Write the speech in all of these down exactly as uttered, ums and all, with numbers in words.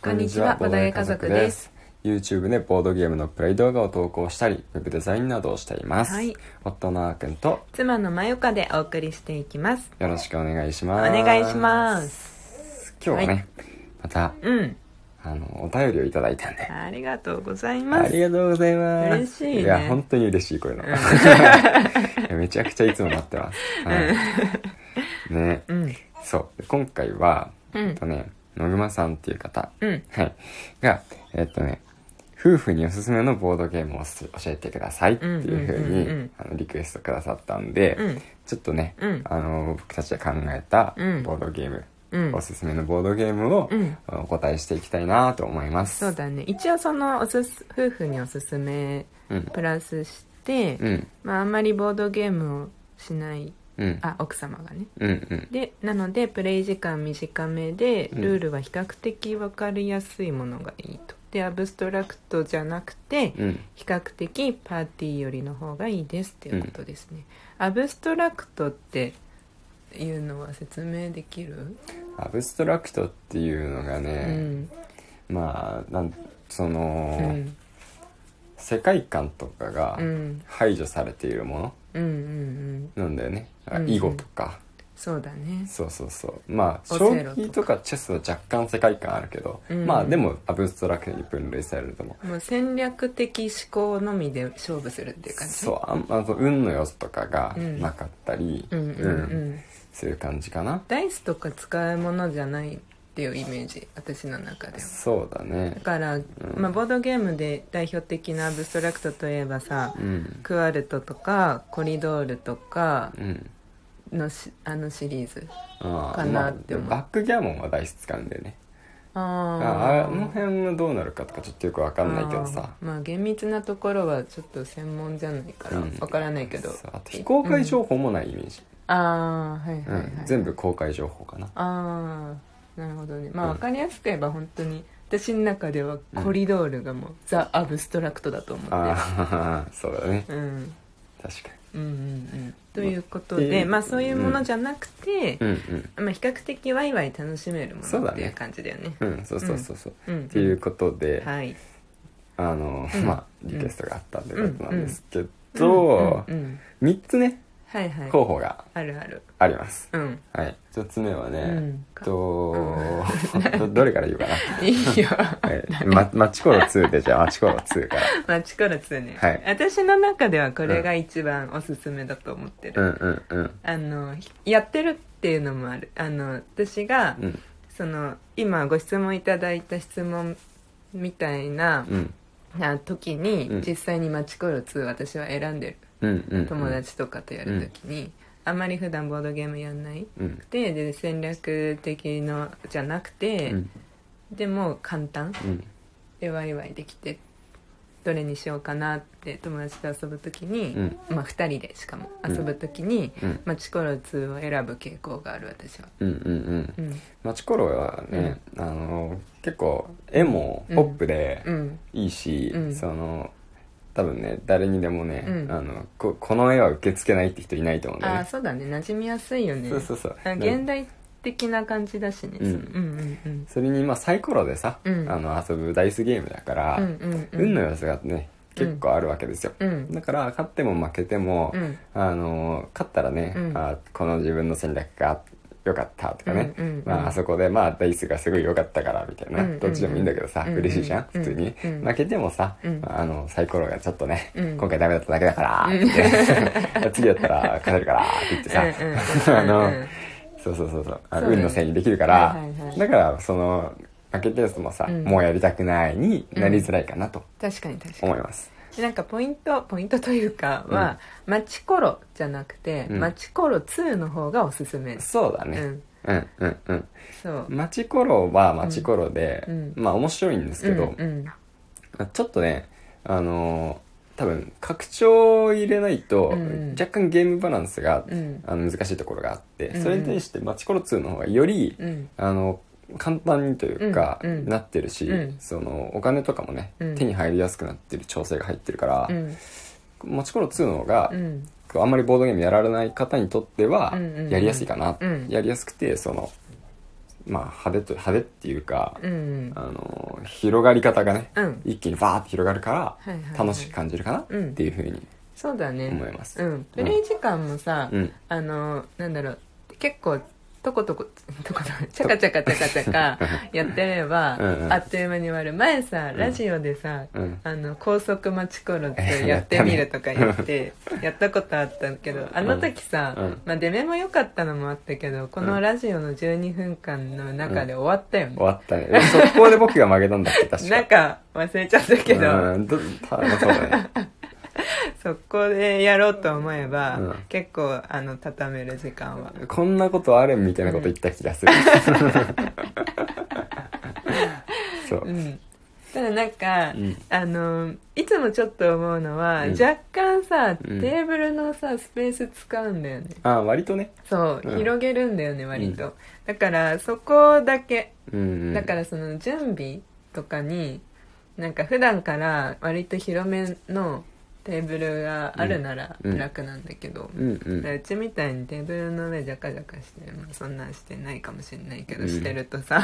こんにちは、ボードゲー家族です。 YouTube でボードゲームのプレイ動画を投稿したり、ウェブデザインなどをしています、はい、夫のあーくんと妻のまゆかでお送りしていきます。 よろしくお願いします。 お願いします。 今日はね、はい、また、 うん、 あのお便りをいただいたんで、 ありがとうございます。 ありがとうございます。 嬉しいね。 いや本当に嬉しいこういうの、うん、めちゃくちゃいつも待ってます、はい、ね、うん、そう今回は、うん、えっとねのぐまさんっていう方、うん、はい、がえっとね夫婦におすすめのボードゲームを教えてくださいっていう風に、うんうんうんうん、あのリクエストくださったんで、うん、ちょっとね、うん、あの僕たちで考えたボードゲーム、うん、おすすめのボードゲームを、うん、お答えしていきたいなと思います。 そうだね、一応そのおすす夫婦におすすめプラスして、うん、まあ、あんまりボードゲームをしないうん、あ奥様がね、うんうん、でなのでプレイ時間短めでルールは比較的分かりやすいものがいいと。でアブストラクトじゃなくて、うん、比較的パーティーよりの方がいいですっていうことですね、うん、アブストラクトっていうのは説明できる？ アブストラクトっていうのがね、うん、まあなんその、うん、世界観とかが排除されているもの、うんうんうん、なんだよね、うんうん、囲碁とか、 そうだね、 そうそうそう、まあ将棋とかチェスは若干世界観あるけど、うん、まあでもアブストラクトに分類されると思う。 もう戦略的思考のみで勝負するっていう感じ。 そう、ああの運の要素とかがなかったり、うんうんうんうん、する感じかな。 ダイスとか使うものじゃないっていうイメージ、私の中では。 そうだね。 だから、うん、まあ、ボードゲームで代表的なアブストラクトといえばさ、うん、クワルトとかコリドールとかのし、うん、あのシリーズかなって思う、 まあ、バックギャモンはダイス使うんだよね。ああの辺はどうなるかとかちょっとよく分かんないけどさ、 あ、まあ厳密なところはちょっと専門じゃないから分からないけど、うん、 あと非公開情報もないイメージ、 うん、ああはいはいはい、 うん、全部公開情報かな。 ああなるほどね。まあ分かりやすく言えば本当に私の中ではコリドールがもう、うん、ザ・アブストラクトだと思って。ああそうだね、うん、確かに、うんうんうん、ということで、まあそういうものじゃなくて、うんうん、まあ、比較的ワイワイ楽しめるものっていう感じだよね。 そうだね、うん、そうそうそうそう、うん、っていうことで、はい、あの、うん、まあリクエストがあったんでことなんですけど、みっつね、はいはい、候補があるあるあります、うん、はい、ひとつめはね、うん、と、うん、どれから言うかな。いいよ、はい、ま、マチコロツーで、じゃあマチコロツーから。 マチコロツーね、はい、私の中ではこれが一番おすすめだと思ってる、うんうんうん、あのやってるっていうのもある。あの私が、うん、その今ご質問いただいた質問みたいな、うん、時に、うん、実際にマチコロツー私は選んでる、うんうんうん、友達とかとやるときに、うん、あんまり普段ボードゲームやんない、うん、で, で戦略的のじゃなくて、うん、でも簡単、うん、でワイワイできてどれにしようかなって友達と遊ぶときに、うん、まあふたりでしかも遊ぶときに、うん、マチコロツーを選ぶ傾向がある私は。うんうんうんうん、マチコロはね、うん、あの結構絵もポップでいいし、うんうん、その多分ね誰にでもね、うん、あの こ, この絵は受け付けないって人いないと思うんだよね。 あ、そうだね、馴染みやすいよね。 そうそうそう、 現代的な感じだしね、うん、うんうんうん、 それにまあサイコロでさ、うん、あの遊ぶダイスゲームだから、うんうんうん、運の要素がね結構あるわけですよ、うん、だから勝っても負けても、うん、あの勝ったらね、うん、あこの自分の戦略が良かったとかね、うんうんうん、まあ、あそこでまあダイスがすごい良かったからみたいな、うんうんうん、どっちでもいいんだけどさ、うんうん、嬉しいじゃん普通に、うんうん、負けてもさ、うん、あのサイコロがちょっとね、うん、今回ダメだっただけだからって、うん、次だったら勝てるからって言ってさ、あのそうそうそうそう、あの運のせいにできるから、はいはいはい、だからその負けてる人もさ、うん、もうやりたくないになりづらいかなと、 うん、確かに確かに思います。 なんかポイントポイントというかは、うん、マチコロじゃなくて、うん、マチコロツーの方がおすすめ。 そうだね、うんうんうんうん、そうマチコロはマチコロで、うん、まあ面白いんですけど、うんうん、ちょっとねあのー、多分拡張を入れないと、うん、若干ゲームバランスが、うん、あの難しいところがあって、うん、それに対してマチコロツーの方がより、うん、あの簡単にというか、うん、なってるし、うん、そのお金とかもね、うん、手に入りやすくなってる調整が入ってるから、うん、マチコロツーの方が、うん、あんまりボードゲームやられない方にとってはやりやすいかな、うん、やりやすくてそのまあ派手と派手っていうか、うん、あの広がり方がね、うん、一気にバーって広がるから楽しく感じるかなっていうふうにそうだね思います。 うん、プレイ時間もさ、うん、あのなんだろう結構とことこ、とことチャカチャカチャカチャカやってればうん、うん、あっという間に終わる。前さ、ラジオでさ、うん、あの、高速待ちコロってやってみるとか言って、やったことあったけど、あの時さ、うん、まあ出目も良かったのもあったけど、このラジオのじゅうにふんかんの中で終わったよね。 うん、終わったね。速攻で僕が負けたんだっけ、確か。 なんか忘れちゃったけど。 うん、どたそうだね。 そこでやろうと思えば、うん、結構あの畳める時間はこんなことあるみたいなこと言った気がする、うん、そう、うん、 ただなんか、うん、あのいつもちょっと思うのは、うん、若干さテーブルのさスペース使うんだよね。 あ割とねそう、うん、広げるんだよね割と、だからそこだけ、うんうん、だからその準備とかになんか普段から割と広めのテーブルがあるなら楽なんだけど、うんうん、うちみたいにテーブルの上ジャカジャカして、まあ、そんなんしてないかもしれないけど、うん、してるとさ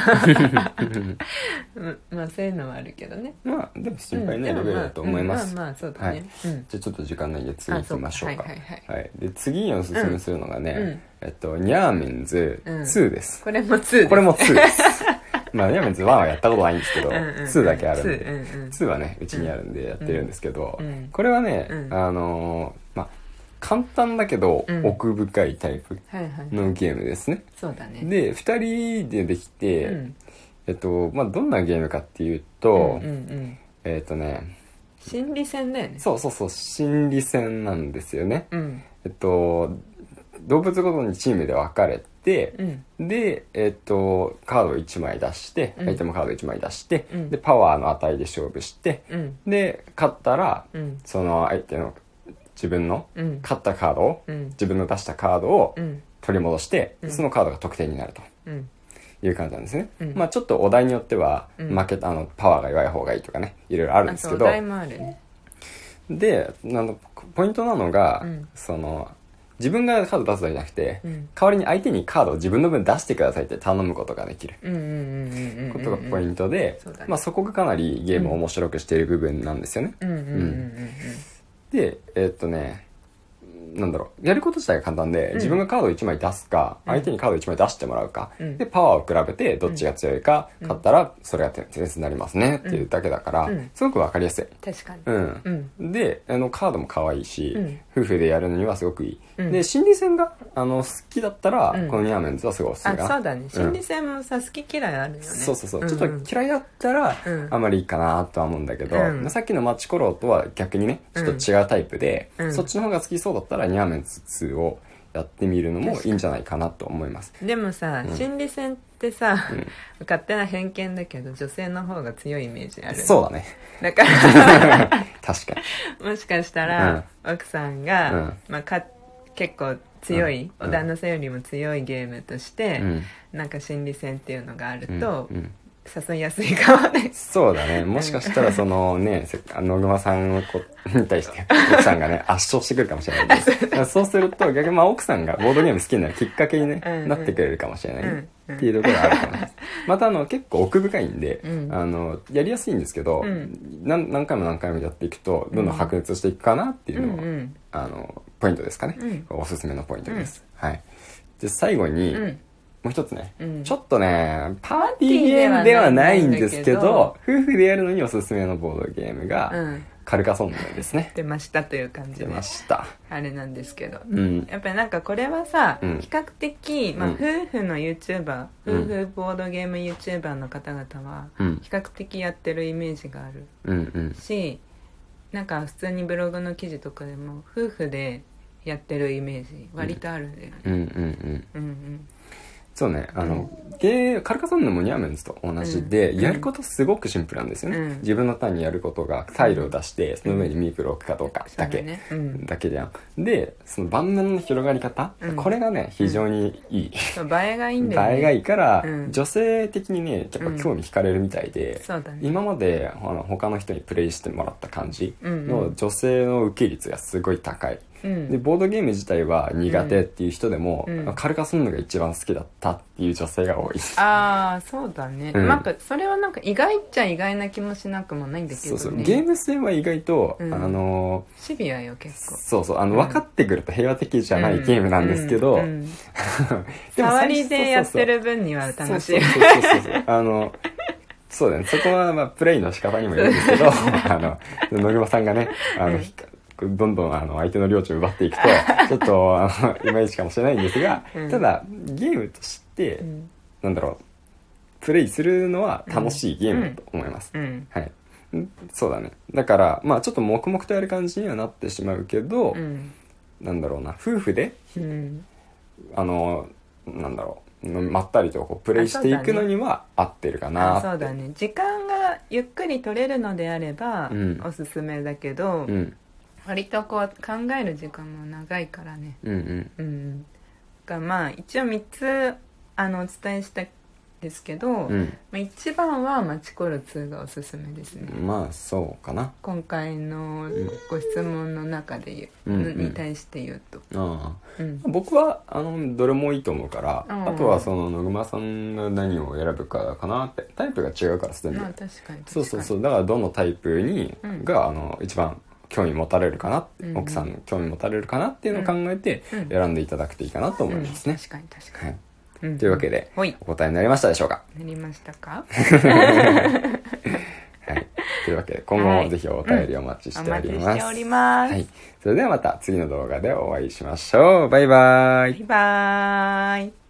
まあそういうのはあるけどね。 まあでも心配ないレベルだと思います。 まあまあそうだね、はい、 うん、じゃあちょっと時間ないんで次行きましょうか。はいはいはい、はい、で次におすすめするのがね、うん、えっとニャーメンズツーです、 うん、これもツーです、 これもツーですまあニャーメンズワンはやったことないんですけどうん、うん、ツーだけあるんで、うんうん、ツーはねうちにあるんでやってるんですけど、うん、これはね、うん、あのー、まあ簡単だけど奥深いタイプのゲームですね、 そうだね。 でふたりでできて、うん、えっとまあどんなゲームかっていうと、うんうんうん、えっとね心理戦だよね。 そうそうそう心理戦なんですよね、うん、えっと動物ごとにチームで分かれて、うん、で、えっとカードをいちまい出して、うん、相手もカードいちまい出して、うん、でパワーの値で勝負して、うん、で勝ったら、うん、その相手の自分の勝ったカードを、うん、自分の出したカードを取り戻して、うん、そのカードが得点になると、うん、いう感じなんですね、うん、まあちょっとお題によっては、うん、負けたあのパワーが弱い方がいいとかねいろいろあるんですけど、 お題もあるね。 であのポイントなのが、うん、その自分がカード出すだけじゃなくて、うん、代わりに相手にカードを自分の分出してくださいって頼むことができることがポイントで、まあそこがかなりゲームを面白くしている部分なんですよね。で、えー、っとねなんだろうやること自体が簡単で、うん、自分がカードをいちまい出すか、うん、相手にカードをいちまい出してもらうか、うん、でパワーを比べてどっちが強いか、うん、勝ったらそれが点数になりますねっていうだけだから、うん、すごくわかりやすい。 確かに、 うんうん、であのカードも可愛いし、うん、夫婦でやるのにはすごくいい、うん、で心理戦があの好きだったら、うん、このニャーメンズはすごいおすすめかな。 あそうだね心理戦もさ、うん、好き嫌いあるよね。 そうそうそう、うんうん、ちょっと嫌いだったら、うん、あまりいいかなとは思うんだけど、うん、さっきのマッチコロとは逆にねちょっと違うタイプで、うん、そっちの方が好きそうだったらニャーメンズツーをやってみるのもいいんじゃないかなと思います。 でもさ、うん、心理戦ってさ、うん、勝手な偏見だけど女性の方が強いイメージある。 そうだね。 だから確かにもしかしたら、うん、奥さんが、うんまあ、か結構強い、うん、旦那さんよりも強いゲームとして、うん、なんか心理戦っていうのがあると、うんうん誘いやすいかもね。 そうだね。もしかしたらそのね、野熊さんに対して奥さんがね、圧勝してくるかもしれないです。そうすると逆にまあ奥さんがボードゲーム好きになるきっかけに、ねうんうん、なってくれるかもしれない、ねうんうん、っていうところがあるかもしれない。またあの結構奥深いんで、うん、あのやりやすいんですけど、うん、何, 何回も何回もやっていくとどんどん白熱していくかなっていうのも、うんうん、あのポイントですかね、うん。おすすめのポイントです。うん、はい。で最後に。うんもう一つね、うん、ちょっとねパーティーゲームではないんですけど夫婦でやるのにおすすめのボードゲームが、うん、カルカソンヌですね。 出ましたという感じで出ましたあれなんですけど、うん、やっぱりなんかこれはさ、うん、比較的、まあ、夫婦の YouTuber、うん、夫婦ボードゲーム YouTuber の方々は比較的やってるイメージがある、うんうん、しなんか普通にブログの記事とかでも夫婦でやってるイメージ割とあるんだよね。うんうんうんうんうんそうね、あの、うん、ゲーカルカソンヌもニャーメンズと同じで、うん、やることすごくシンプルなんですよね、うん、自分のターンにやることがタイルを出して、うん、その上にミープルを置くかどうかだけ、ねうん、だけじゃん。でその盤面の広がり方、うん、これがね非常にいい、 うん、映えがいいんだよね。 映えがいいから、うん、女性的にねやっぱ興味惹かれるみたいで、うんね、今まであの他の人にプレイしてもらった感じの女性の受け率がすごい高いうん、でボードゲーム自体は苦手っていう人でも、うん、カルカソンヌが一番好きだったっていう女性が多い。 ああそうだね、うん、なんかそれはなんか意外っちゃ意外な気もしなくもないんだけどね。 そうそうゲーム性は意外と、うん、あのー、シビアよ結構。 そうそうあの、うん、分かってくると平和的じゃないゲームなんですけど、 触りでやってる分には楽しい。 そうそうそうそうあのそうだね、そこはまあプレイの仕方にもよるんですけどあの野熊さんがねあの、うん、どんどんあの相手の領地を奪っていくとちょっとあのいまいちかもしれないんですが、うん、ただゲームとして、うん、なんだろうプレイするのは楽しいゲームだと思います、うんうん、はいそうだね。だからまあちょっと黙々とやる感じにはなってしまうけど、うん、なんだろうな夫婦で、うん、あのなんだろうまったりとこうプレイしていくのには合ってるかなって。 そうだね、時間がゆっくり取れるのであれば、うん、おすすめだけど、うん、割とこう考える時間も長いからね。うんうんうん、がまあ一応みっつあのお伝えしたですけど、うんまあ、一番はマチコロツーがおすすめですね。 まあそうかな。 今回のご質問の中で言う、うんうん、に対して言うと、 あ、うん、僕はあのどれもいいと思うから、うん、あとはその野熊さんが何を選ぶかかなって。タイプが違うから全部、まあ、確かに確かにそうそうそうだからどのタイプに、うん、があの一番興味持たれるかなって、うん、奥さん興味持たれるかなっていうのを考えて選んでいただくといいかなと思いますね、 うんうん、確かに確かに、はいうん、というわけで、うん、お答えになりましたでしょうか。 なりましたかはい、というわけで今後もぜひお便りお待ちしております、はいうん、お待ちしております、 はい、それではまた次の動画でお会いしましょう。バイバーイ。 バイバーイ。